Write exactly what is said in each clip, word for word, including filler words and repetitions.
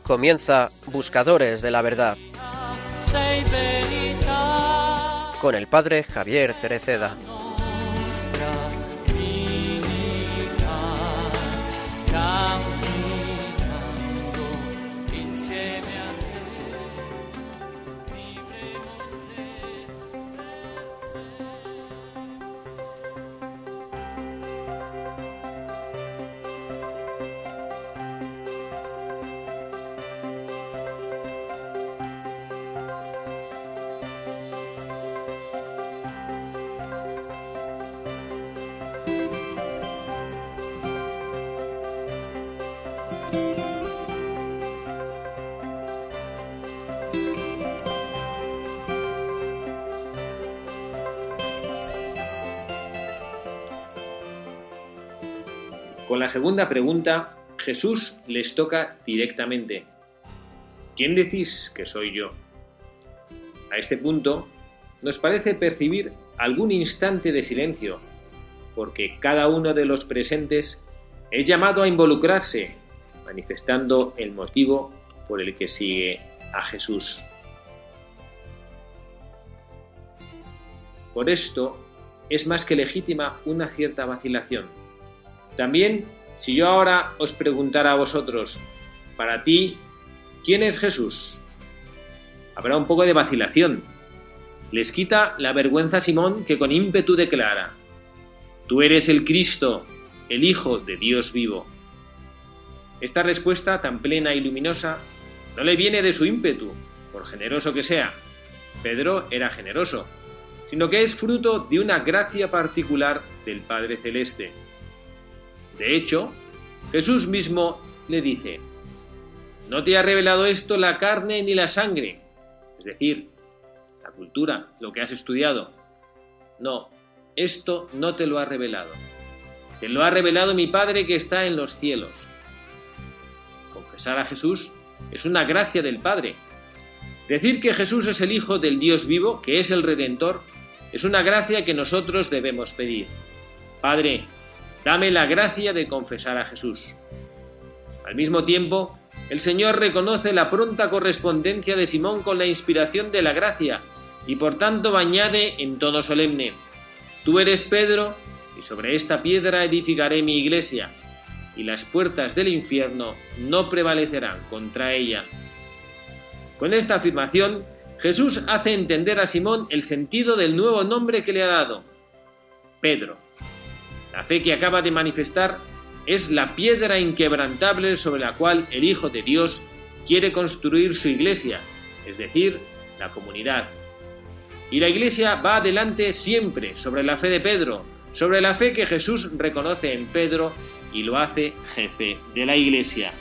Comienza Buscadores de la Verdad con el padre Javier Cereceda. Con la segunda pregunta, Jesús les toca directamente. ¿Quién decís que soy yo? A este punto, nos parece percibir algún instante de silencio, porque cada uno de los presentes es llamado a involucrarse, manifestando el motivo por el que sigue a Jesús. Por esto, es más que legítima una cierta vacilación. También, si yo ahora os preguntara a vosotros, para ti, ¿quién es Jesús? Habrá un poco de vacilación. Les quita la vergüenza a Simón, que con ímpetu declara: tú eres el Cristo, el Hijo de Dios vivo. Esta respuesta tan plena y luminosa no le viene de su ímpetu, por generoso que sea. Pedro era generoso, sino que es fruto de una gracia particular del Padre Celeste. De hecho, Jesús mismo le dice: no te ha revelado esto la carne ni la sangre, es decir, la cultura, lo que has estudiado. No, esto no te lo ha revelado. Te lo ha revelado mi Padre que está en los cielos. Confesar a Jesús es una gracia del Padre. Decir que Jesús es el Hijo del Dios vivo, que es el Redentor, es una gracia que nosotros debemos pedir. Padre, dame la gracia de confesar a Jesús. Al mismo tiempo, el Señor reconoce la pronta correspondencia de Simón con la inspiración de la gracia y por tanto añade en tono solemne: tú eres Pedro, y sobre esta piedra edificaré mi iglesia, y las puertas del infierno no prevalecerán contra ella. Con esta afirmación, Jesús hace entender a Simón el sentido del nuevo nombre que le ha dado: Pedro. La fe que acaba de manifestar es la piedra inquebrantable sobre la cual el Hijo de Dios quiere construir su iglesia, es decir, la comunidad. Y la iglesia va adelante siempre sobre la fe de Pedro, sobre la fe que Jesús reconoce en Pedro y lo hace jefe de la iglesia.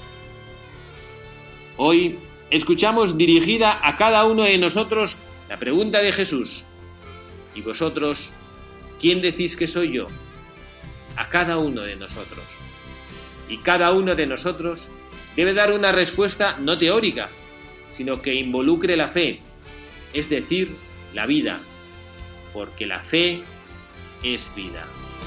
Hoy escuchamos dirigida a cada uno de nosotros la pregunta de Jesús: ¿y vosotros quién decís que soy yo? A cada uno de nosotros. Y cada uno de nosotros debe dar una respuesta no teórica, sino que involucre la fe, es decir, la vida, porque la fe es vida.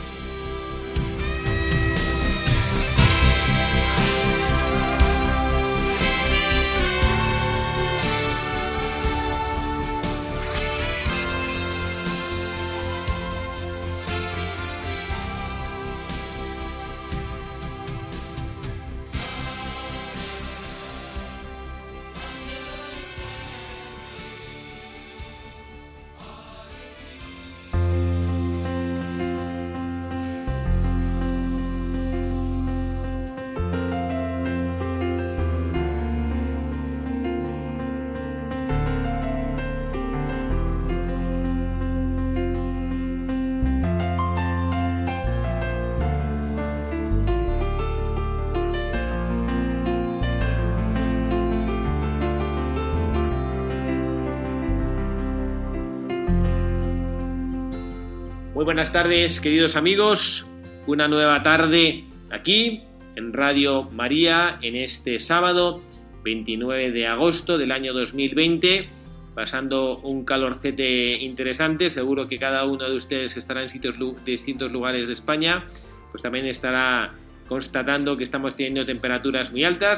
Muy buenas tardes, queridos amigos. Una nueva tarde aquí en Radio María en este sábado veintinueve de agosto del año dos mil veinte, pasando un calorcete interesante. Seguro que cada uno de ustedes estará en sitios distintos lugares de España, pues también estará constatando que estamos teniendo temperaturas muy altas,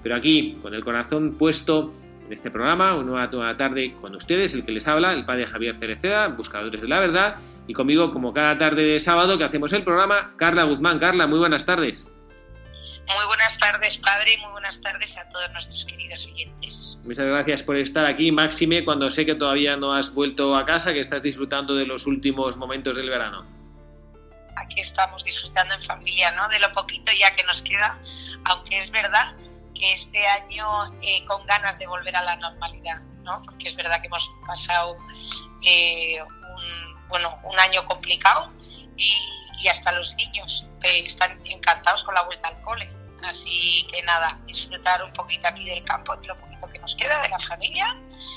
pero aquí, con el corazón puesto en este programa, una nueva tarde con ustedes, el que les habla, el padre Javier Cereceda, Buscadores de la Verdad, y conmigo, como cada tarde de sábado que hacemos el programa, Carla Guzmán. Carla, muy buenas tardes. Muy buenas tardes, padre, y muy buenas tardes a todos nuestros queridos oyentes. Muchas gracias por estar aquí, máxime, cuando sé que todavía no has vuelto a casa, que estás disfrutando de los últimos momentos del verano. Aquí estamos disfrutando en familia, ¿no?, de lo poquito ya que nos queda, aunque es verdad que este año eh, con ganas de volver a la normalidad, ¿no? Porque es verdad que hemos pasado eh, un, bueno, un año complicado y, y hasta los niños eh, están encantados con la vuelta al cole. Así que nada, disfrutar un poquito aquí del campo, de lo poquito que nos queda, de la familia,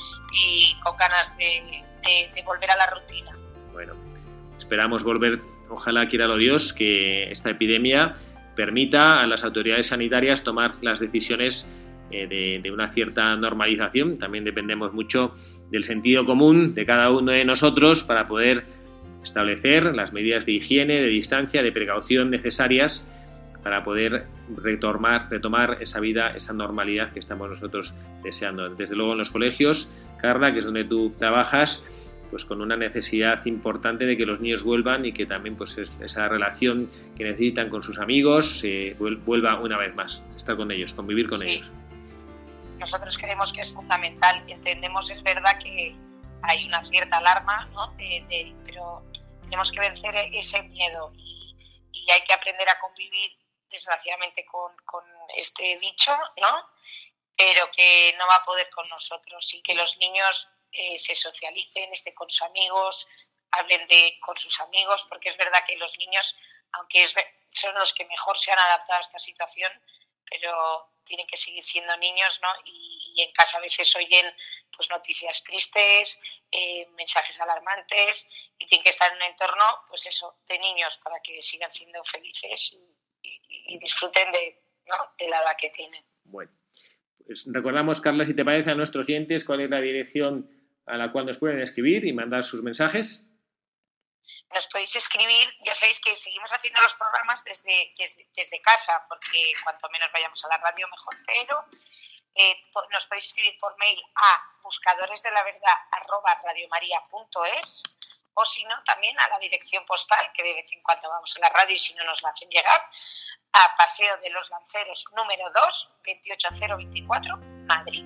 y con ganas de, de, de volver a la rutina. Bueno, esperamos volver, ojalá quiera Dios, que esta epidemia permita a las autoridades sanitarias tomar las decisiones eh, de, de una cierta normalización. También dependemos mucho del sentido común de cada uno de nosotros para poder establecer las medidas de higiene, de distancia, de precaución necesarias para poder retomar, retomar esa vida, esa normalidad que estamos nosotros deseando. Desde luego en los colegios, Carla, que es donde tú trabajas, pues con una necesidad importante de que los niños vuelvan y que también pues esa relación que necesitan con sus amigos se eh, vuelva una vez más, estar con ellos, convivir con sí. ellos. Nosotros creemos que es fundamental, entendemos, es verdad que hay una cierta alarma, ¿no?, de, de, pero tenemos que vencer ese miedo y, y hay que aprender a convivir, desgraciadamente, con, con este bicho, ¿no?, pero que no va a poder con nosotros, y que los niños Eh, se socialicen, estén con sus amigos, hablen de con sus amigos, porque es verdad que los niños, aunque es, son los que mejor se han adaptado a esta situación, pero tienen que seguir siendo niños, ¿no? Y, y en casa a veces oyen pues noticias tristes, eh, mensajes alarmantes, y tienen que estar en un entorno, pues eso, de niños, para que sigan siendo felices y, y, y disfruten de, ¿no?, de la edad que tienen. Bueno, pues recordamos, Carla, si te parece, a nuestros oyentes cuál es la dirección a la cual nos pueden escribir y mandar sus mensajes. Nos podéis escribir, ya sabéis que seguimos haciendo los programas desde, desde, desde casa, porque cuanto menos vayamos a la radio mejor, pero eh, nos podéis escribir por mail a buscadoresdelaverdad arroba radiomaria.es, o si no, también a la dirección postal, que de vez en cuando vamos a la radio y si no nos la hacen llegar, a Paseo de los Lanceros número dos, veintiocho cero veinticuatro, Madrid.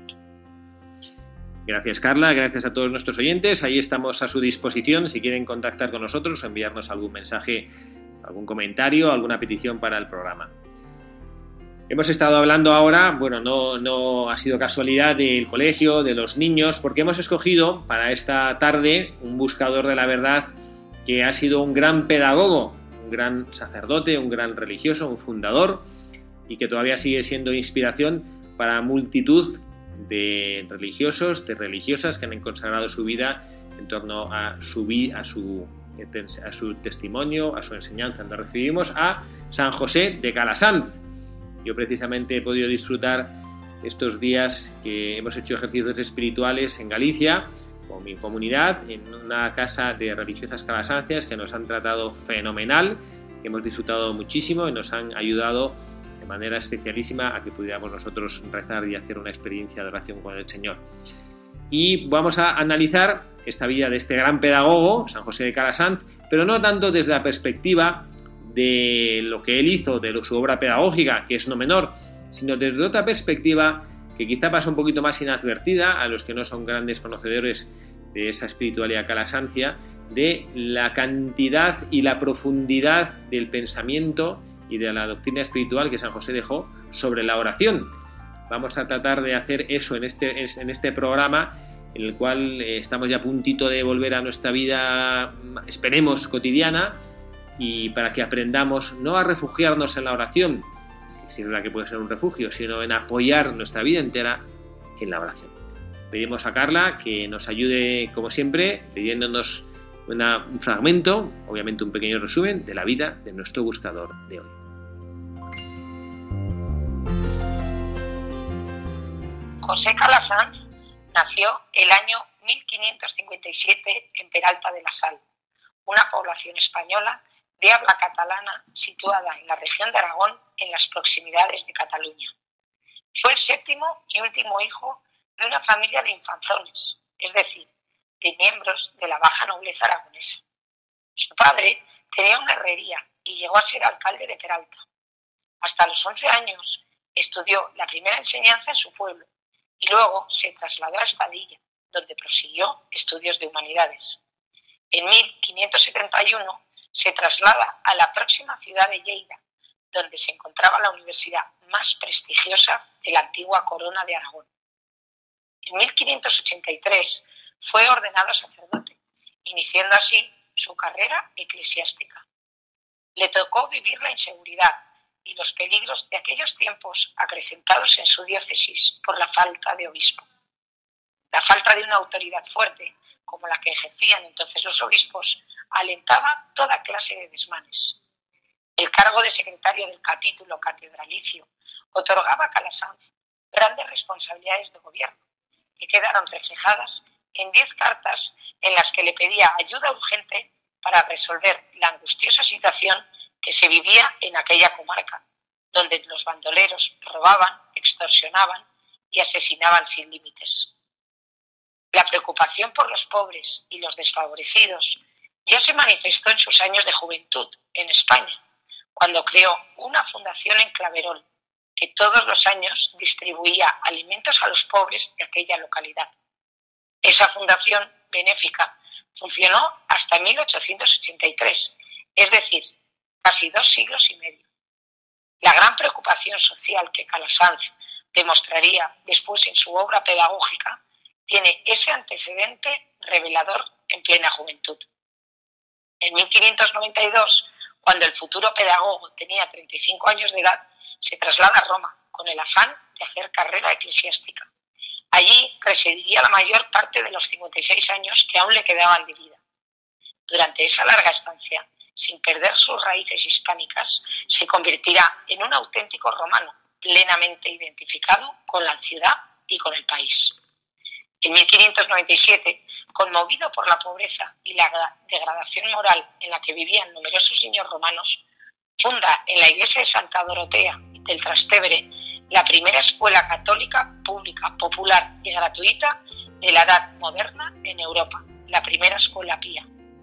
Gracias, Carla, gracias a todos nuestros oyentes. Ahí estamos a su disposición si quieren contactar con nosotros o enviarnos algún mensaje, algún comentario, alguna petición para el programa. Hemos estado hablando ahora, bueno, no, no ha sido casualidad, del colegio, de los niños, porque hemos escogido para esta tarde un buscador de la verdad que ha sido un gran pedagogo, un gran sacerdote, un gran religioso, un fundador, y que todavía sigue siendo inspiración para multitud de religiosos, de religiosas que han consagrado su vida en torno a su, a su, a su testimonio, a su enseñanza. Nos recibimos a San José de Calasanz. Yo precisamente he podido disfrutar estos días que hemos hecho ejercicios espirituales en Galicia con mi comunidad, en una casa de religiosas calasancias que nos han tratado fenomenal, que hemos disfrutado muchísimo y nos han ayudado de manera especialísima a que pudiéramos nosotros rezar y hacer una experiencia de oración con el Señor. Y vamos a analizar esta vida de este gran pedagogo, San José de Calasanz, pero no tanto desde la perspectiva de lo que él hizo, de su obra pedagógica, que es no menor, sino desde otra perspectiva que quizá pasa un poquito más inadvertida a los que no son grandes conocedores de esa espiritualidad calasancia, de la cantidad y la profundidad del pensamiento y de la doctrina espiritual que San José dejó sobre la oración. Vamos a tratar de hacer eso en este, en este programa, en el cual eh, estamos ya a puntito de volver a nuestra vida, esperemos, cotidiana, y para que aprendamos no a refugiarnos en la oración, que sí es verdad que puede ser un refugio, sino en apoyar nuestra vida entera en la oración. Pedimos a Carla que nos ayude, como siempre, leyéndonos una, un fragmento, obviamente un pequeño resumen, de la vida de nuestro buscador de hoy. José Calasanz nació el año mil quinientos cincuenta y siete en Peralta de la Sal, una población española de habla catalana situada en la región de Aragón, en las proximidades de Cataluña. Fue el séptimo y último hijo de una familia de infanzones, es decir, de miembros de la baja nobleza aragonesa. Su padre tenía una herrería y llegó a ser alcalde de Peralta. Hasta los once años estudió la primera enseñanza en su pueblo y luego se trasladó a Estadilla, donde prosiguió estudios de humanidades. En mil quinientos setenta y uno se traslada a la próxima ciudad de Lleida, donde se encontraba la universidad más prestigiosa de la antigua corona de Aragón. En mil quinientos ochenta y tres fue ordenado sacerdote, iniciando así su carrera eclesiástica. Le tocó vivir la inseguridad y los peligros de aquellos tiempos acrecentados en su diócesis por la falta de obispo. La falta de una autoridad fuerte, como la que ejercían entonces los obispos, alentaba toda clase de desmanes. El cargo de secretario del capítulo catedralicio otorgaba a Calasanz grandes responsabilidades de gobierno, que quedaron reflejadas en diez cartas en las que le pedía ayuda urgente para resolver la angustiosa situación que se vivía en aquella comarca, donde los bandoleros robaban, extorsionaban y asesinaban sin límites. La preocupación por los pobres y los desfavorecidos ya se manifestó en sus años de juventud en España, cuando creó una fundación en Claverol, que todos los años distribuía alimentos a los pobres de aquella localidad. Esa fundación benéfica funcionó hasta mil ochocientos ochenta y tres, es decir, casi dos siglos y medio. La gran preocupación social que Calasanz demostraría después en su obra pedagógica tiene ese antecedente revelador en plena juventud. En mil quinientos noventa y dos, cuando el futuro pedagogo tenía treinta y cinco años de edad, se traslada a Roma con el afán de hacer carrera eclesiástica. Allí residiría la mayor parte de los cincuenta y seis años que aún le quedaban de vida. Durante esa larga estancia, sin perder sus raíces hispánicas, se convertirá en un auténtico romano, plenamente identificado con la ciudad y con el país. En mil quinientos noventa y siete, conmovido por la pobreza y la degradación moral en la que vivían numerosos niños romanos, funda en la iglesia de Santa Dorotea del Trastevere la primera escuela católica pública, popular y gratuita de la Edad Moderna en Europa, la primera escuela pía.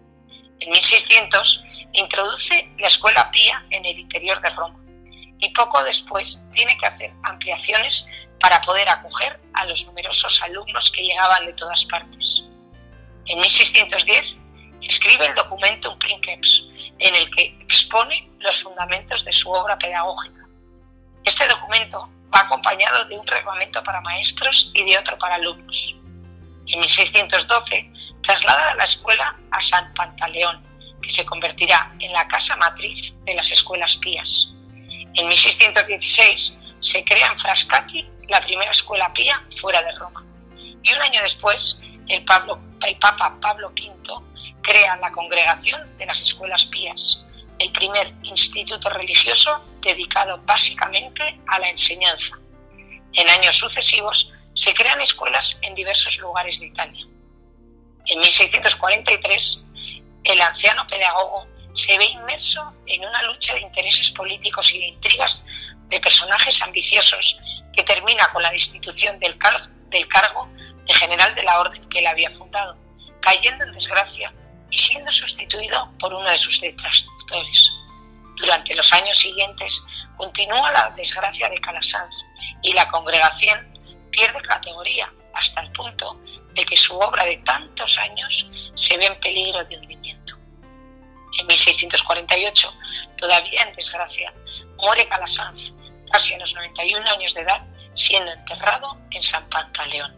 En mil seiscientos introduce la escuela pía en el interior de Roma y poco después tiene que hacer ampliaciones para poder acoger a los numerosos alumnos que llegaban de todas partes. En mil seiscientos diez escribe el Documentum Princeps, en el que expone los fundamentos de su obra pedagógica. Este documento va acompañado de un reglamento para maestros y de otro para alumnos. En mil seiscientos doce traslada la escuela a San Pantaleón, que se convertirá en la casa matriz de las escuelas pías. En mil seiscientos dieciséis se crea en Frascati la primera escuela pía fuera de Roma. Y un año después, el, Pablo, el Papa Pablo quinto crea la Congregación de las Escuelas Pías, el primer instituto religioso dedicado básicamente a la enseñanza. En años sucesivos se crean escuelas en diversos lugares de Italia. En mil seiscientos cuarenta y tres, el anciano pedagogo se ve inmerso en una lucha de intereses políticos y de intrigas de personajes ambiciosos que termina con la destitución del, car- del cargo de general de la orden que él había fundado, cayendo en desgracia y siendo sustituido por uno de sus detractores. Durante los años siguientes continúa la desgracia de Calasanz y la congregación pierde categoría hasta el punto de que su obra de tantos años se ve en peligro de hundimiento. En mil seiscientos cuarenta y ocho, todavía en desgracia, muere Calasanz, casi a los noventa y un años de edad, siendo enterrado en San Pantaleón.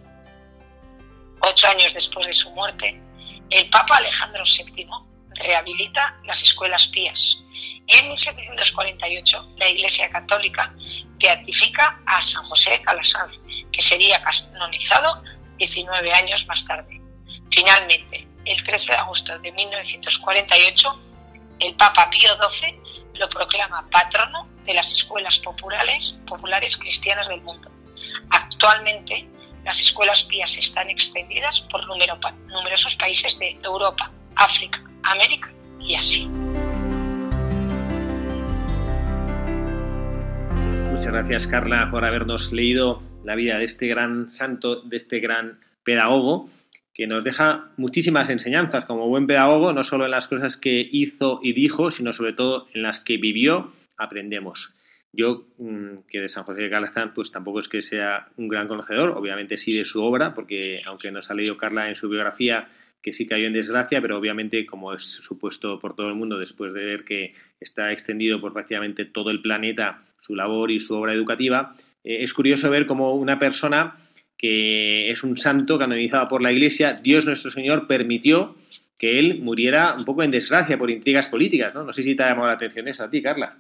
Ocho años después de su muerte, el Papa Alejandro séptimo rehabilita las escuelas pías y en mil setecientos cuarenta y ocho la Iglesia Católica beatifica a San José de Calasanz, que sería canonizado diecinueve años más tarde. Finalmente, el trece de agosto de mil novecientos cuarenta y ocho, el Papa Pío doce lo proclama patrono de las escuelas populares, populares cristianas del mundo. Actualmente, las escuelas pías están extendidas por numero, numerosos países de Europa, África, América y Asia. Muchas gracias, Carla, por habernos leído la vida de este gran santo, de este gran pedagogo, que nos deja muchísimas enseñanzas como buen pedagogo, no solo en las cosas que hizo y dijo, sino sobre todo en las que vivió, aprendemos. Yo, que de San José de Calazán, pues tampoco es que sea un gran conocedor, obviamente sí de su obra, porque aunque nos ha leído Carla en su biografía que sí cayó en desgracia, pero obviamente, como es supuesto por todo el mundo, después de ver que está extendido por prácticamente todo el planeta su labor y su obra educativa, eh, es curioso ver cómo una persona que es un santo canonizado por la Iglesia, Dios nuestro Señor permitió que él muriera un poco en desgracia por intrigas políticas, ¿no? No sé si te ha llamado la atención eso a ti, Carla.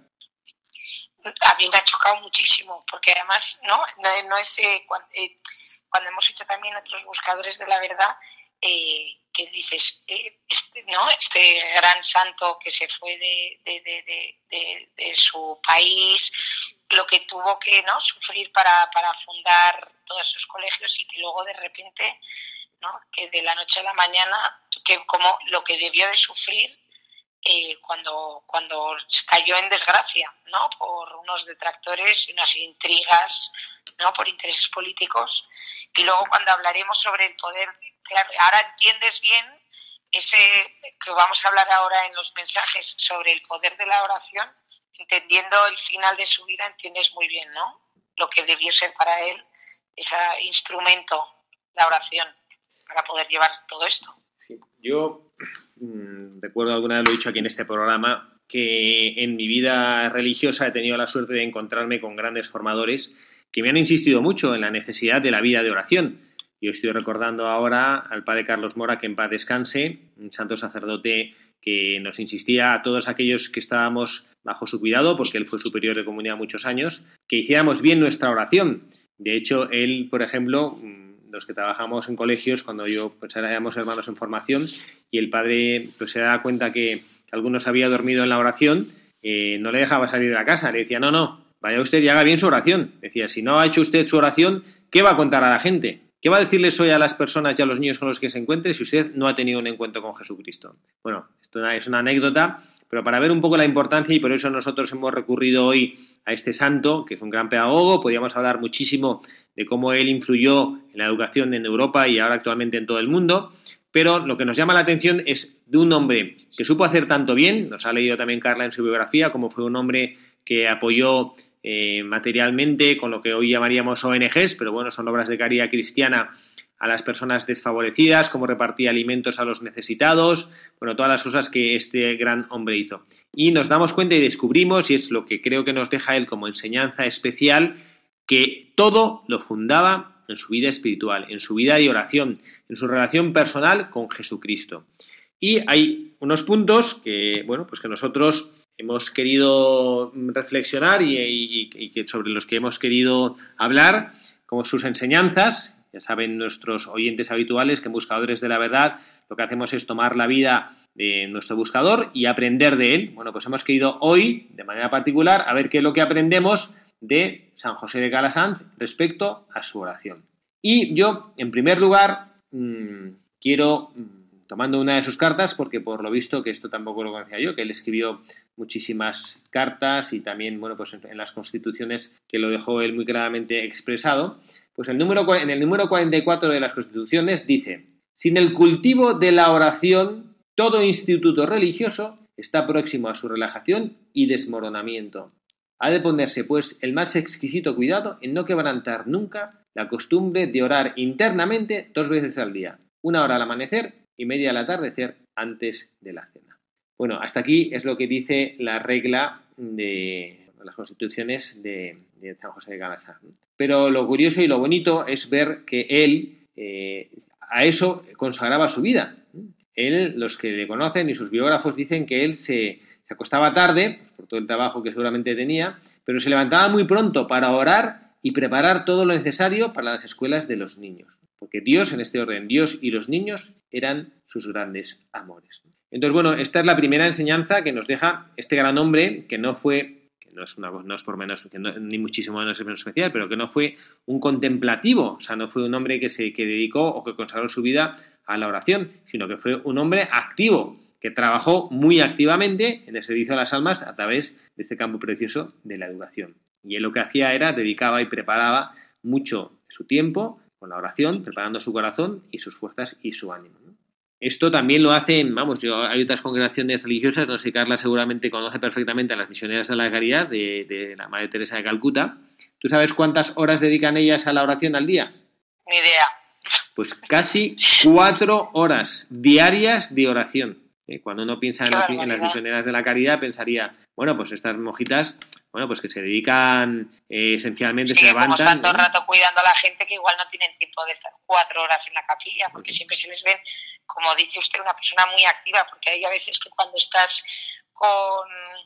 A mí me ha chocado muchísimo, porque además, ¿no? No, no es eh, cuando, eh, cuando hemos hecho también otros buscadores de la verdad, eh, que dices, eh, este, ¿no? Este gran santo que se fue de, de, de, de, de, de su país, lo que tuvo que, ¿no? sufrir para, para fundar todos esos colegios y que luego de repente, ¿no? que de la noche a la mañana, que como lo que debió de sufrir eh, cuando, cuando cayó en desgracia, ¿no? por unos detractores y unas intrigas, ¿no? por intereses políticos. Y luego cuando hablaremos sobre el poder, claro, ahora entiendes bien ese que vamos a hablar ahora en los mensajes sobre el poder de la oración, entendiendo el final de su vida, entiendes muy bien, ¿no? Lo que debió ser para él ese instrumento, la oración, para poder llevar todo esto. Sí. Yo mmm, recuerdo alguna vez, lo he dicho aquí en este programa, que en mi vida religiosa he tenido la suerte de encontrarme con grandes formadores que me han insistido mucho en la necesidad de la vida de oración. Yo estoy recordando ahora al padre Carlos Mora, que en paz descanse, un santo sacerdote que nos insistía a todos aquellos que estábamos bajo su cuidado, porque él fue superior de comunidad muchos años, que hiciéramos bien nuestra oración. De hecho, él, por ejemplo, los que trabajamos en colegios, cuando yo pues éramos hermanos en formación, y el padre pues se daba cuenta que algunos había dormido en la oración, eh, no le dejaba salir de la casa, le decía, no, no, vaya usted y haga bien su oración. Decía, si no ha hecho usted su oración, ¿qué va a contar a la gente? ¿Qué va a decirles hoy a las personas y a los niños con los que se encuentre si usted no ha tenido un encuentro con Jesucristo? Bueno, esto es una anécdota, pero para ver un poco la importancia, y por eso nosotros hemos recurrido hoy a este santo, que es un gran pedagogo. Podríamos hablar muchísimo de cómo él influyó en la educación en Europa y ahora actualmente en todo el mundo, pero lo que nos llama la atención es de un hombre que supo hacer tanto bien, nos ha leído también Carla en su biografía, como fue un hombre que apoyó Eh, materialmente con lo que hoy llamaríamos O N Ges, pero bueno, son obras de caridad cristiana a las personas desfavorecidas, cómo repartía alimentos a los necesitados, bueno, todas las cosas que este gran hombre hizo. Y nos damos cuenta y descubrimos, y es lo que creo que nos deja él como enseñanza especial, que todo lo fundaba en su vida espiritual, en su vida de oración, en su relación personal con Jesucristo. Y hay unos puntos que, bueno, pues que nosotros hemos querido reflexionar y, y, y que sobre los que hemos querido hablar, como sus enseñanzas. Ya saben nuestros oyentes habituales que en Buscadores de la Verdad lo que hacemos es tomar la vida de nuestro buscador y aprender de él. Bueno, pues hemos querido hoy, de manera particular, a ver qué es lo que aprendemos de San José de Calasanz respecto a su oración. Y yo, en primer lugar, mmm, quiero... tomando una de sus cartas, porque por lo visto, que esto tampoco lo conocía yo, que él escribió muchísimas cartas y también, bueno, pues en las constituciones que lo dejó él muy claramente expresado, pues el número, en el número cuarenta y cuatro de las constituciones dice: sin el cultivo de la oración, todo instituto religioso está próximo a su relajación y desmoronamiento. Ha de ponerse, pues, el más exquisito cuidado en no quebrantar nunca la costumbre de orar internamente dos veces al día, una hora al amanecer y media al atardecer antes de la cena. Bueno, hasta aquí es lo que dice la regla de las constituciones de, de San José de Calasanz. Pero lo curioso y lo bonito es ver que él eh, a eso consagraba su vida. Él, los que le conocen y sus biógrafos dicen que él se, se acostaba tarde, pues por todo el trabajo que seguramente tenía, pero se levantaba muy pronto para orar y preparar todo lo necesario para las escuelas de los niños. Porque Dios, en este orden, Dios y los niños eran sus grandes amores. Entonces, bueno, esta es la primera enseñanza que nos deja este gran hombre, que no fue, que no es, una, no es por menos, que no, ni muchísimo menos especial, pero que no fue un contemplativo, o sea, no fue un hombre que se que dedicó o que consagró su vida a la oración, sino que fue un hombre activo, que trabajó muy activamente en el servicio a las almas a través de este campo precioso de la educación. Y él lo que hacía era, dedicaba y preparaba mucho su tiempo con la oración, preparando su corazón y sus fuerzas y su ánimo, ¿no? Esto también lo hacen, vamos, yo hay otras congregaciones religiosas, no sé, Carla seguramente conoce perfectamente a las misioneras de la caridad de, de la Madre Teresa de Calcuta. ¿Tú sabes cuántas horas dedican ellas a la oración al día? Ni idea. Pues casi cuatro horas diarias de oración. ¿Eh? Cuando uno piensa en las, en las misioneras de la caridad, pensaría, bueno, pues estas monjitas, bueno, pues que se dedican eh, esencialmente, sí, se levantan. Como están todo el rato cuidando a la gente que igual no tienen tiempo de estar cuatro horas en la capilla, porque uh-huh. siempre se les ven, como dice usted, una persona muy activa, porque hay a veces que cuando estás con,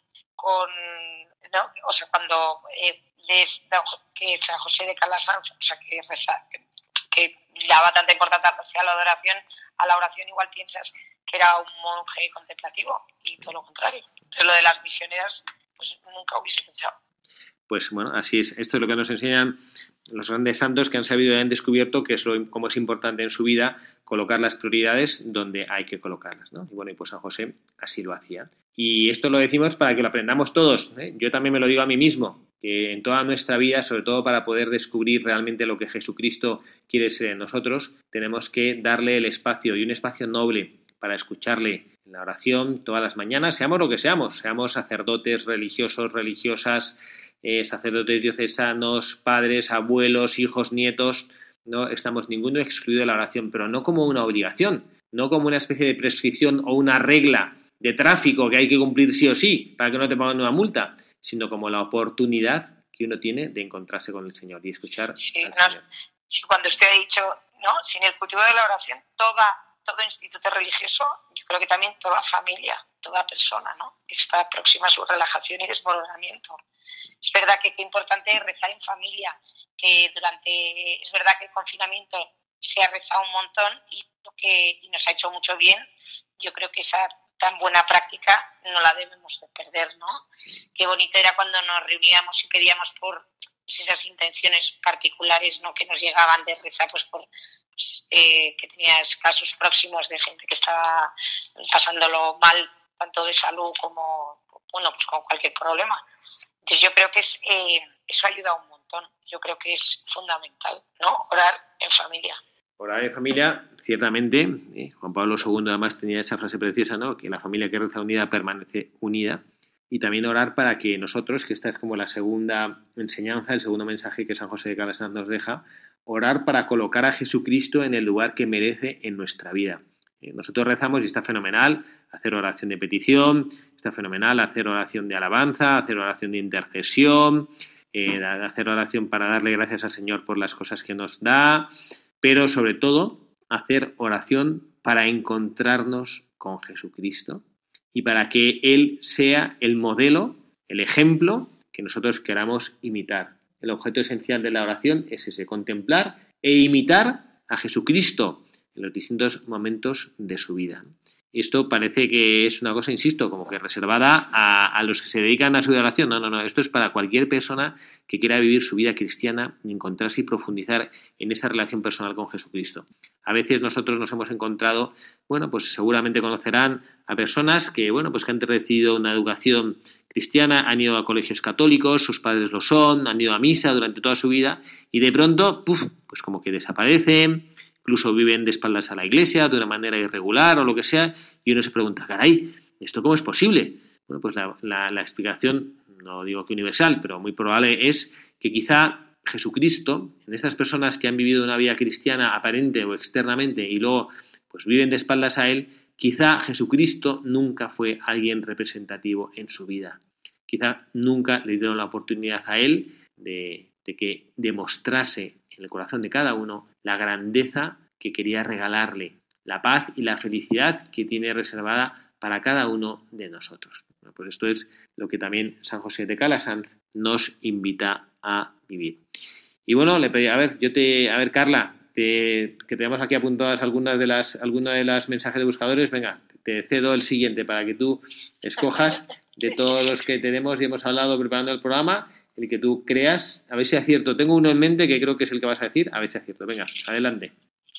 con ¿no? O sea, cuando eh, lees que San José de Calasanz, o sea, que reza, que, que daba tanta importancia a la adoración, a la oración, igual piensas que era un monje contemplativo y todo lo contrario. Entonces lo de las misioneras, pues nunca hubiese pensado. Pues bueno, así es. Esto es lo que nos enseñan los grandes santos que han sabido y han descubierto que es lo, cómo es importante en su vida colocar las prioridades donde hay que colocarlas, ¿no? Y bueno, y pues San José así lo hacía. Y esto lo decimos para que lo aprendamos todos, ¿eh? Yo también me lo digo a mí mismo, que en toda nuestra vida, sobre todo para poder descubrir realmente lo que Jesucristo quiere ser en nosotros, tenemos que darle el espacio, y un espacio noble, para escucharle en la oración todas las mañanas, seamos lo que seamos, seamos sacerdotes, religiosos, religiosas, eh, sacerdotes diocesanos, padres, abuelos, hijos, nietos, no estamos ninguno excluido de la oración, pero no como una obligación, no como una especie de prescripción o una regla de tráfico que hay que cumplir sí o sí para que no te paguen una multa, sino como la oportunidad que uno tiene de encontrarse con el Señor y escuchar sí, al no, Señor. Sí, cuando usted ha dicho, ¿no? Sin el cultivo de la oración, toda, todo instituto religioso, yo creo que también toda familia, toda persona, ¿no? Está próxima a su relajación y desmoronamiento. Es verdad que qué importante es rezar en familia, que durante, es verdad que el confinamiento se ha rezado un montón y, lo que, y nos ha hecho mucho bien. Yo creo que esa tan buena práctica no la debemos de perder, ¿no? Qué bonito era cuando nos reuníamos y pedíamos por pues, esas intenciones particulares, ¿no? Que nos llegaban de rezar, pues por pues, eh, que tenías casos próximos de gente que estaba pasándolo mal, tanto de salud como, bueno, pues con cualquier problema. Entonces yo creo que es, eh, eso ayuda un montón. Yo creo que es fundamental, ¿no? Orar en familia. Orar en familia, ciertamente, eh, Juan Pablo segundo además tenía esa frase preciosa, ¿no? Que la familia que reza unida permanece unida. Y también orar para que nosotros, que esta es como la segunda enseñanza, el segundo mensaje que San José de Calasanz nos deja, orar para colocar a Jesucristo en el lugar que merece en nuestra vida. Eh, nosotros rezamos y está fenomenal hacer oración de petición, está fenomenal hacer oración de alabanza, hacer oración de intercesión, eh, hacer oración para darle gracias al Señor por las cosas que nos da, pero sobre todo hacer oración para encontrarnos con Jesucristo y para que Él sea el modelo, el ejemplo que nosotros queramos imitar. El objeto esencial de la oración es ese, contemplar e imitar a Jesucristo en los distintos momentos de su vida. Esto parece que es una cosa, insisto, como que reservada a, a los que se dedican a su oración. No, no, no. Esto es para cualquier persona que quiera vivir su vida cristiana y encontrarse y profundizar en esa relación personal con Jesucristo. A veces nosotros nos hemos encontrado, bueno, pues seguramente conocerán a personas que, bueno, pues que han recibido una educación cristiana, han ido a colegios católicos, sus padres lo son, han ido a misa durante toda su vida y de pronto, puf, pues como que desaparecen, incluso viven de espaldas a la iglesia de una manera irregular o lo que sea, y uno se pregunta, caray, ¿esto cómo es posible? Bueno, pues la, la, la explicación, no digo que universal, pero muy probable es que quizá Jesucristo, en estas personas que han vivido una vida cristiana aparente o externamente y luego pues viven de espaldas a Él, quizá Jesucristo nunca fue alguien representativo en su vida. Quizá nunca le dieron la oportunidad a Él de, de que demostrase en el corazón de cada uno la grandeza que quería regalarle, la paz y la felicidad que tiene reservada para cada uno de nosotros. Bueno, pues esto es lo que también San José de Calasanz nos invita a vivir. Y bueno, le pedí, a ver, yo te, a ver, Carla, te, que tenemos aquí apuntadas algunas de las, algunas de las mensajes de buscadores, venga, te cedo el siguiente para que tú escojas de todos los que tenemos y hemos hablado preparando el programa, el que tú creas, a ver si acierto. Tengo uno en mente que creo que es el que vas a decir, a ver si acierto. Venga, adelante.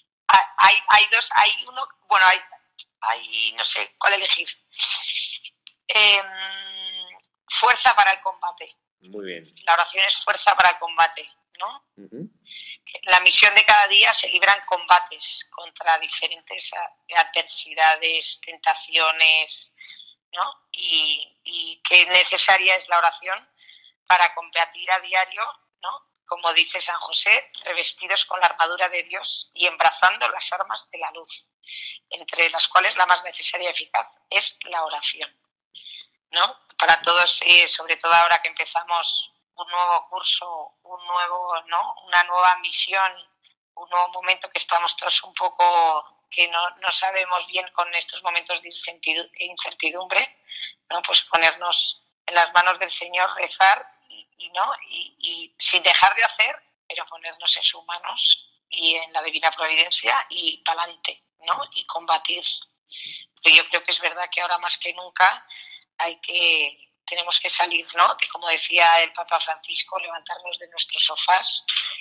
Hay, hay dos, hay uno, bueno, hay, hay no sé cuál elegir. Eh, fuerza para el combate. Muy bien. La oración es fuerza para el combate, ¿no? Uh-huh. La misión de cada día se libran combates contra diferentes adversidades, tentaciones, ¿no? Y, y qué necesaria es la oración para combatir a diario, ¿no? Como dice San José, revestidos con la armadura de Dios y embrazando las armas de la luz, entre las cuales la más necesaria y eficaz es la oración, ¿no? Para todos, y sobre todo ahora que empezamos un nuevo curso, un nuevo, ¿no? Una nueva misión, un nuevo momento que estamos todos un poco, que no, no sabemos bien con estos momentos de incertidumbre, ¿no? Pues ponernos en las manos del Señor, rezar y, y no y, y sin dejar de hacer, pero ponernos en sus manos y en la divina providencia y para adelante, ¿no? Y combatir. Pero yo creo que es verdad que ahora más que nunca hay que tenemos que salir, ¿no? De, como decía el Papa Francisco, levantarnos de nuestros sofás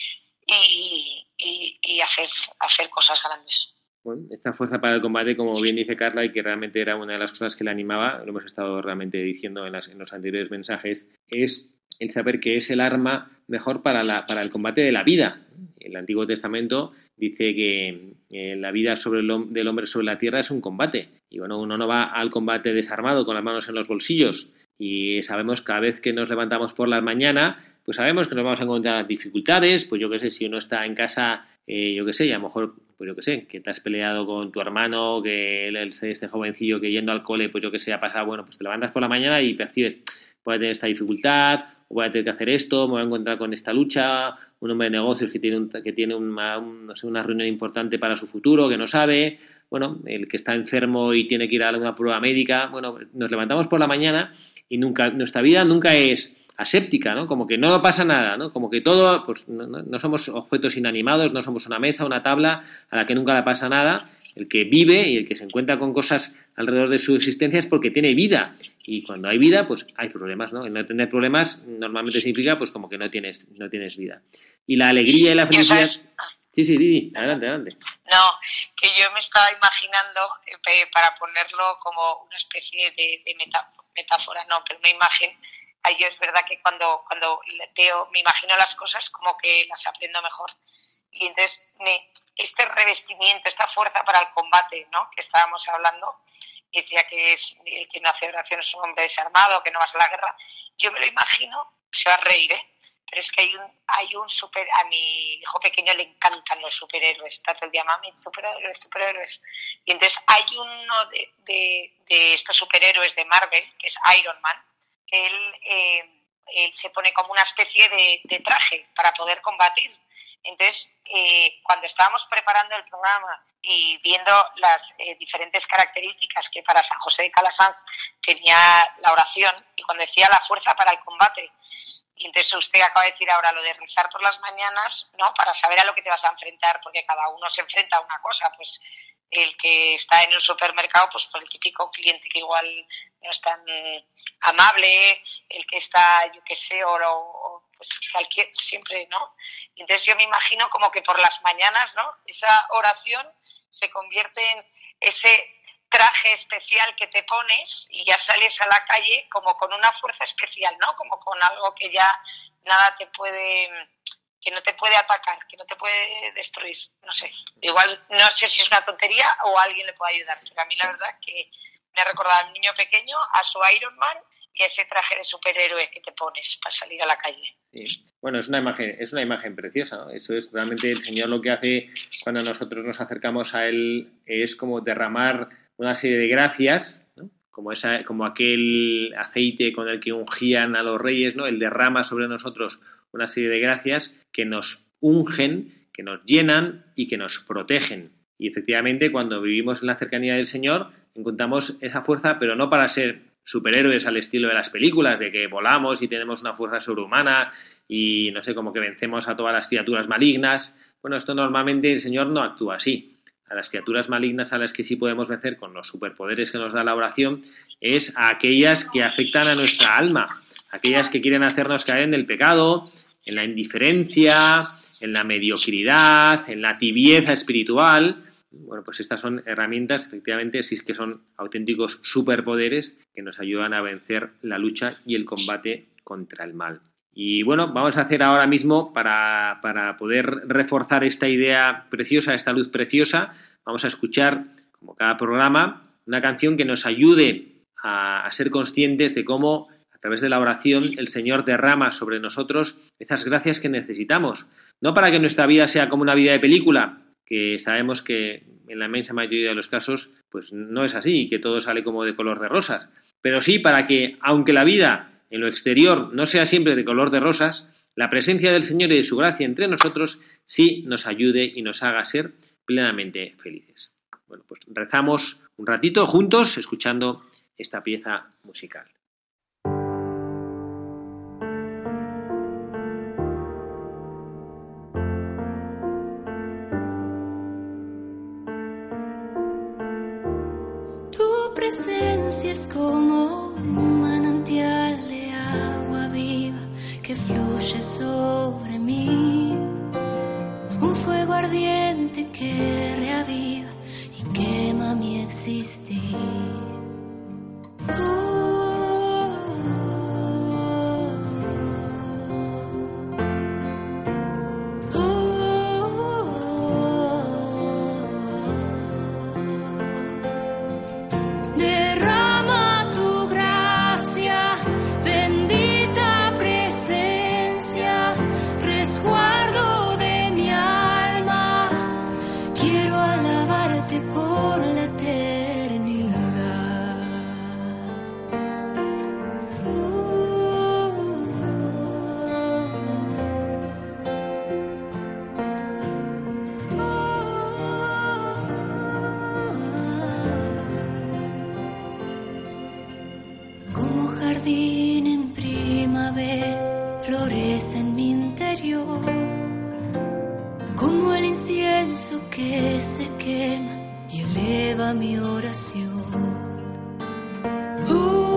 y, y, y hacer, hacer cosas grandes. Bueno, esta fuerza para el combate, como bien dice Carla, y que realmente era una de las cosas que le animaba, lo hemos estado realmente diciendo en, las, en los anteriores mensajes, es el saber que es el arma mejor para, la, para el combate de la vida. El Antiguo Testamento dice que eh, la vida sobre el, del hombre sobre la tierra es un combate. Y bueno, uno no va al combate desarmado con las manos en los bolsillos. Y sabemos que cada vez que nos levantamos por la mañana, pues sabemos que nos vamos a encontrar dificultades. Pues yo qué sé, si uno está en casa, eh, yo qué sé, y a lo mejor, pues yo qué sé, que te has peleado con tu hermano, que él, este jovencillo que yendo al cole, pues yo qué sé, ha pasado, bueno, pues te levantas por la mañana y percibes, puede tener esta dificultad, o voy a tener que hacer esto, me voy a encontrar con esta lucha, un hombre de negocios que tiene, un, que tiene una, un, no sé, una reunión importante para su futuro, que no sabe, bueno, el que está enfermo y tiene que ir a una prueba médica, bueno, nos levantamos por la mañana y nunca, nuestra vida nunca es aséptica, ¿no? Como que no pasa nada, ¿no? Como que todo, pues no, no somos objetos inanimados, no somos una mesa, una tabla a la que nunca le pasa nada. El que vive y el que se encuentra con cosas alrededor de su existencia es porque tiene vida. Y cuando hay vida, pues hay problemas, ¿no? El no tener problemas normalmente significa, pues como que no tienes, no tienes vida. Y la alegría y la felicidad... Sí, sí, Didi, adelante, adelante. No, que yo me estaba imaginando, eh, para ponerlo como una especie de, de metáfora, no, pero una imagen. Yo es verdad que cuando, cuando veo, me imagino las cosas como que las aprendo mejor. Y entonces, me, este revestimiento, esta fuerza para el combate, ¿no? Que estábamos hablando, y decía que es el que no hace oración es un hombre desarmado, que no vas a la guerra. Yo me lo imagino, se va a reír, ¿eh? Pero es que hay un, hay un super, a mi hijo pequeño le encantan los superhéroes, está todo el día, mami, superhéroes, superhéroes. Y entonces hay uno de, de, de estos superhéroes de Marvel, que es Iron Man, que él, eh, él se pone como una especie de, de traje para poder combatir. Entonces, eh, cuando estábamos preparando el programa y viendo las eh, diferentes características que para San José de Calasanz tenía la oración, y cuando decía la fuerza para el combate, y entonces usted acaba de decir ahora lo de rezar por las mañanas, ¿no? Para saber a lo que te vas a enfrentar, porque cada uno se enfrenta a una cosa, pues el que está en un supermercado, pues por el típico cliente que igual no es tan amable, el que está, yo qué sé, o, o pues cualquier, siempre, ¿no? Y entonces yo me imagino como que por las mañanas, ¿no? Esa oración se convierte en ese traje especial que te pones y ya sales a la calle como con una fuerza especial, ¿no? Como con algo que ya nada te puede, que no te puede atacar, que no te puede destruir, no sé. Igual no sé si es una tontería o a alguien le puede ayudar, pero a mí la verdad que me ha recordado a un niño pequeño, a su Iron Man y a ese traje de superhéroe que te pones para salir a la calle. Sí. Bueno, es una imagen, es una imagen preciosa, ¿no? Eso es realmente el Señor lo que hace cuando nosotros nos acercamos a Él, es como derramar una serie de gracias, ¿no? Como esa, como aquel aceite con el que ungían a los reyes, ¿no? Él derrama sobre nosotros una serie de gracias que nos ungen, que nos llenan y que nos protegen. Y efectivamente, cuando vivimos en la cercanía del Señor, encontramos esa fuerza, pero no para ser superhéroes al estilo de las películas, de que volamos y tenemos una fuerza sobrehumana y, no sé, como que vencemos a todas las criaturas malignas. Bueno, esto normalmente el Señor no actúa así. A las criaturas malignas a las que sí podemos vencer con los superpoderes que nos da la oración es a aquellas que afectan a nuestra alma, aquellas que quieren hacernos caer en el pecado, en la indiferencia, en la mediocridad, en la tibieza espiritual. Bueno, pues estas son herramientas, efectivamente, sí que son auténticos superpoderes que nos ayudan a vencer la lucha y el combate contra el mal. Y bueno, vamos a hacer ahora mismo, para, para poder reforzar esta idea preciosa, esta luz preciosa, vamos a escuchar, como cada programa, una canción que nos ayude a, a ser conscientes de cómo, a través de la oración, el Señor derrama sobre nosotros esas gracias que necesitamos. No para que nuestra vida sea como una vida de película, que sabemos que en la inmensa mayoría de los casos pues no es así, que todo sale como de color de rosas, pero sí para que, aunque la vida en lo exterior no sea siempre de color de rosas, la presencia del Señor y de su gracia entre nosotros sí nos ayude y nos haga ser plenamente felices. Bueno, pues rezamos un ratito juntos escuchando esta pieza musical. Tu presencia es como un manantial de agua viva que fluye sobre mí, un fuego ardiente que reaviva y quema mi existir. Oh, que se quema y eleva mi oración. Uh,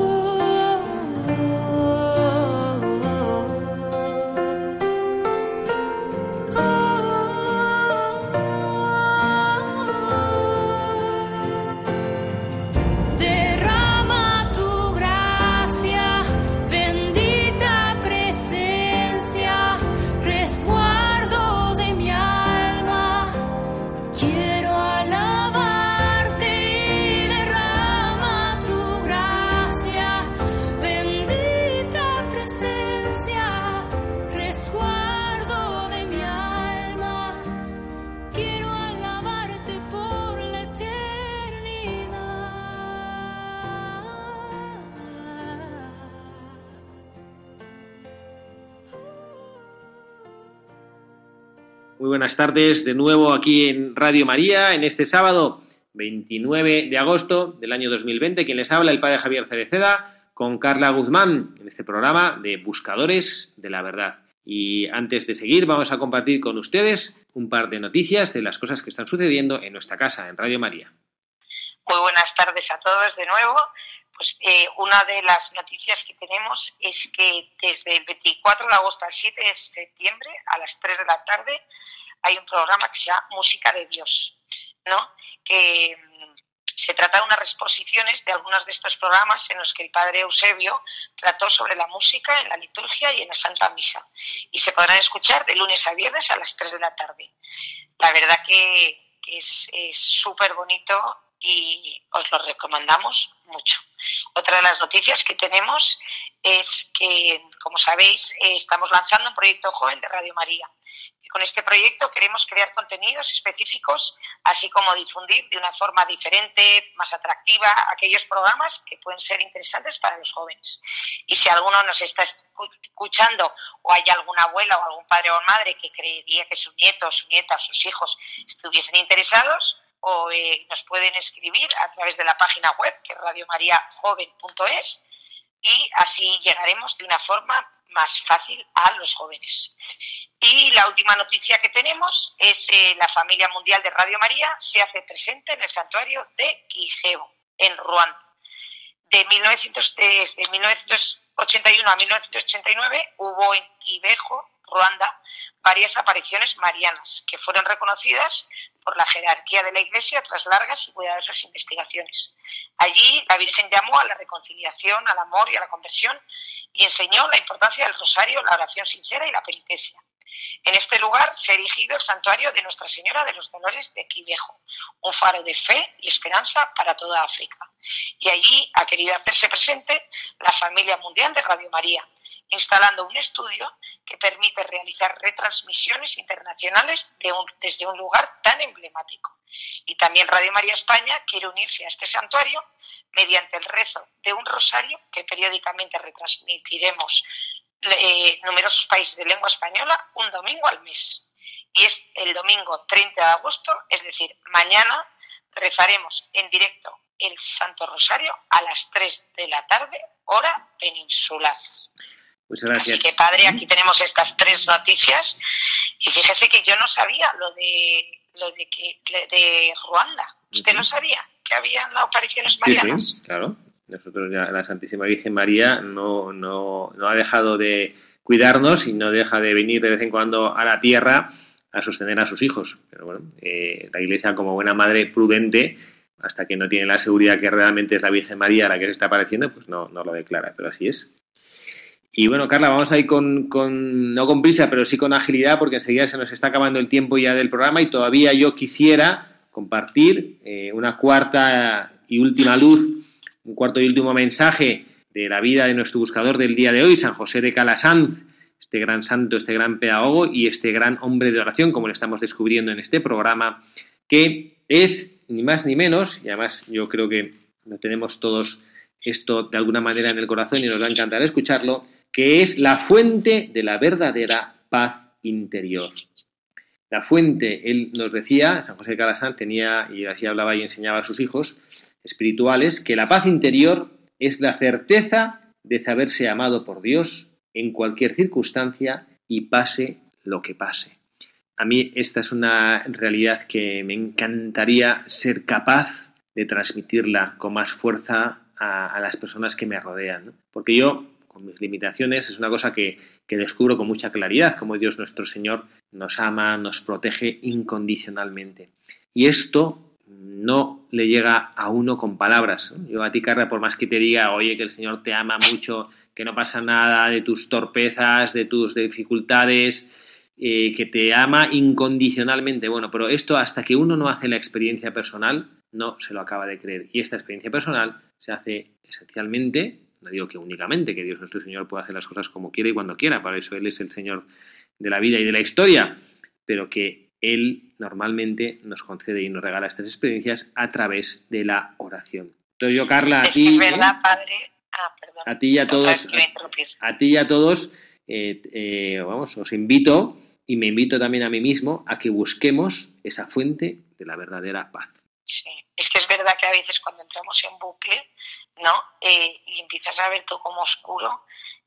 Muy buenas tardes de nuevo aquí en Radio María, en este sábado veintinueve de agosto del año dos mil veinte. Quien les habla, el padre Javier Cereceda, con Carla Guzmán, en este programa de Buscadores de la Verdad. Y antes de seguir, vamos a compartir con ustedes un par de noticias de las cosas que están sucediendo en nuestra casa, en Radio María. Muy buenas tardes a todos de nuevo. Pues eh, una de las noticias que tenemos es que desde el veinticuatro de agosto al siete de septiembre, a las tres de la tarde, hay un programa que se llama Música de Dios, ¿no? Que mm, se trata de unas exposiciones de algunos de estos programas en los que el padre Eusebio trató sobre la música en la liturgia y en la Santa Misa. Y se podrán escuchar de lunes a viernes a las tres de la tarde. La verdad que, que es súper bonito y os lo recomendamos mucho. Otra de las noticias que tenemos es que, como sabéis, eh, estamos lanzando un proyecto joven de Radio María. Y con este proyecto queremos crear contenidos específicos, así como difundir de una forma diferente, más atractiva, aquellos programas que pueden ser interesantes para los jóvenes. Y si alguno nos está escuchando o hay alguna abuela o algún padre o madre que creería que sus nietos, su nieta, sus hijos estuviesen interesados, o eh, nos pueden escribir a través de la página web, que es radio maria joven punto es, y así llegaremos de una forma más fácil a los jóvenes. Y la última noticia que tenemos es eh, la familia mundial de Radio María se hace presente en el santuario de Quijevo, en Ruanda. De, mil novecientos, desde mil novecientos ochenta y uno a mil novecientos ochenta y nueve hubo en Quivejo Ruanda, varias apariciones marianas que fueron reconocidas por la jerarquía de la Iglesia tras largas y cuidadosas investigaciones. Allí la Virgen llamó a la reconciliación, al amor y a la conversión y enseñó la importancia del rosario, la oración sincera y la penitencia. En este lugar se ha erigido el santuario de Nuestra Señora de los Dolores de Quibejo, un faro de fe y esperanza para toda África. Y allí ha querido hacerse presente la familia mundial de Radio María, instalando un estudio que permite realizar retransmisiones internacionales de un, desde un lugar tan emblemático. Y también Radio María España quiere unirse a este santuario mediante el rezo de un rosario que periódicamente retransmitiremos eh, numerosos países de lengua española un domingo al mes. Y es el domingo treinta de agosto, es decir, mañana rezaremos en directo el Santo Rosario a las tres de la tarde, hora peninsular. Muchas gracias. Así que, padre, aquí tenemos estas tres noticias y fíjese que yo no sabía lo de lo de que de Ruanda. ¿Usted uh-huh. lo sabía? Que habían apariciones marianas. Sí, sí, claro. Nosotros ya la Santísima Virgen María no no no ha dejado de cuidarnos y no deja de venir de vez en cuando a la tierra a sostener a sus hijos. Pero bueno, eh, la Iglesia, como buena madre prudente, hasta que no tiene la seguridad que realmente es la Virgen María la que se está apareciendo, pues no no lo declara. Pero así es. Y bueno, Carla, vamos a ir con, con, no con prisa, pero sí con agilidad, porque enseguida se nos está acabando el tiempo ya del programa y todavía yo quisiera compartir eh, una cuarta y última luz, un cuarto y último mensaje de la vida de nuestro buscador del día de hoy, San José de Calasanz, este gran santo, este gran pedagogo y este gran hombre de oración, como lo estamos descubriendo en este programa, que es ni más ni menos, y además yo creo que lo tenemos todos esto de alguna manera en el corazón y nos va a encantar escucharlo, que es la fuente de la verdadera paz interior. La fuente, él nos decía, San José de Calasanz tenía, y así hablaba y enseñaba a sus hijos espirituales, que la paz interior es la certeza de saberse amado por Dios en cualquier circunstancia y pase lo que pase. A mí esta es una realidad que me encantaría ser capaz de transmitirla con más fuerza a, a las personas que me rodean, ¿no? Porque yo, con mis limitaciones, es una cosa que, que descubro con mucha claridad, como Dios nuestro Señor nos ama, nos protege incondicionalmente. Y esto no le llega a uno con palabras, ¿no? Yo a ti, Carla, por más que te diga, oye, que el Señor te ama mucho, que no pasa nada de tus torpezas, de tus dificultades, eh, que te ama incondicionalmente. Bueno, pero esto hasta que uno no hace la experiencia personal, no se lo acaba de creer. Y esta experiencia personal se hace esencialmente, no digo que únicamente, que Dios nuestro Señor puede hacer las cosas como quiera y cuando quiera, para eso Él es el Señor de la vida y de la historia, pero que Él normalmente nos concede y nos regala estas experiencias a través de la oración. Entonces yo, Carla, a es ti... Que es verdad, ¿eh? Padre... Ah, perdón. A ti y a todos, a, a ti y a todos, eh, eh, vamos, os invito y me invito también a mí mismo a que busquemos esa fuente de la verdadera paz. Sí, es que es verdad que a veces cuando entramos en bucle, ¿no? Eh, y empiezas a ver todo como oscuro,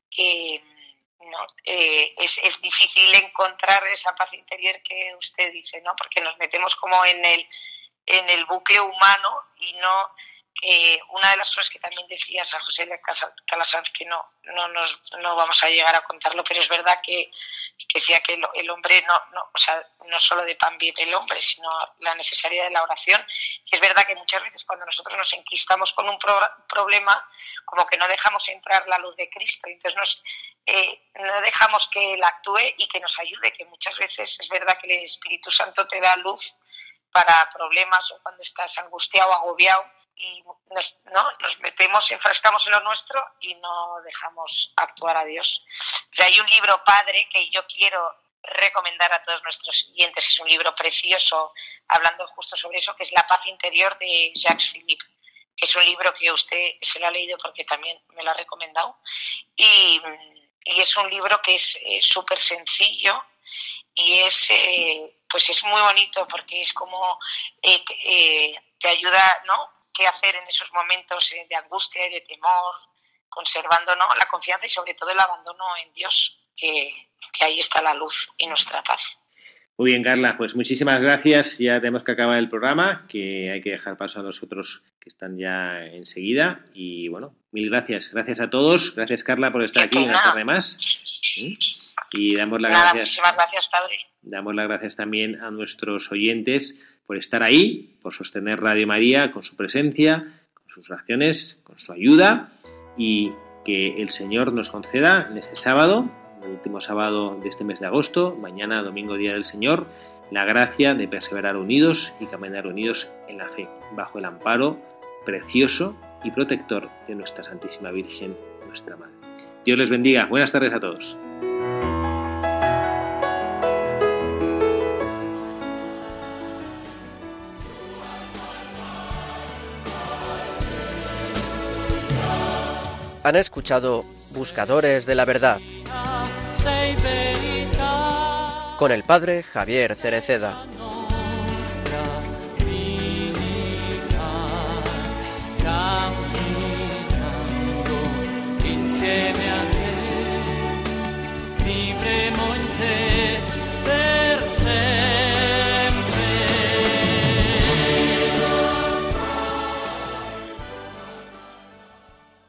que no eh, es, es difícil encontrar esa paz interior que usted dice, ¿no? Porque nos metemos como en el en el bucle humano y no eh, una de las cosas que también decía San José de Calasanz, que no no nos no vamos a llegar a contarlo, pero es verdad que, que decía que el, el hombre no no o sea no solo de pan vive el hombre, sino la necesidad de la oración. Y es verdad que muchas veces cuando nosotros nos enquistamos con un pro, problema, como que no dejamos entrar la luz de Cristo, entonces nos eh, no dejamos que Él actúe y que nos ayude, que muchas veces es verdad que el Espíritu Santo te da luz para problemas o cuando estás angustiado o agobiado y nos, ¿no? nos metemos, enfrascamos en lo nuestro y no dejamos actuar a Dios. Pero hay un libro, Padre, que yo quiero recomendar a todos nuestros siguientes, que es un libro precioso, hablando justo sobre eso, que es La paz interior de Jacques Philippe, que es un libro que usted se lo ha leído porque también me lo ha recomendado, y, y es un libro que es eh, súper sencillo y es eh, pues es muy bonito porque es como eh, eh, te ayuda, ¿no?, qué hacer en esos momentos eh, de angustia y de temor, conservando, ¿no?, la confianza y sobre todo el abandono en Dios, que, que ahí está la luz y nuestra paz. Muy bien, Carla, pues muchísimas gracias. Ya tenemos que acabar el programa, que hay que dejar paso a los otros que están ya enseguida. Y bueno, mil gracias. Gracias a todos. Gracias, Carla, por estar aquí una tarde más. ¿Sí? Y damos las Nada, gracias. muchísimas gracias, Padre. Damos las gracias también a nuestros oyentes por estar ahí, por sostener Radio María con su presencia, con sus oraciones, con su ayuda, y que el Señor nos conceda en este sábado, el último sábado de este mes de agosto, mañana domingo Día del Señor, la gracia de perseverar unidos y caminar unidos en la fe, bajo el amparo precioso y protector de nuestra Santísima Virgen, nuestra Madre. Dios les bendiga. Buenas tardes a todos. Han escuchado Buscadores de la Verdad con el padre Javier Cereceda.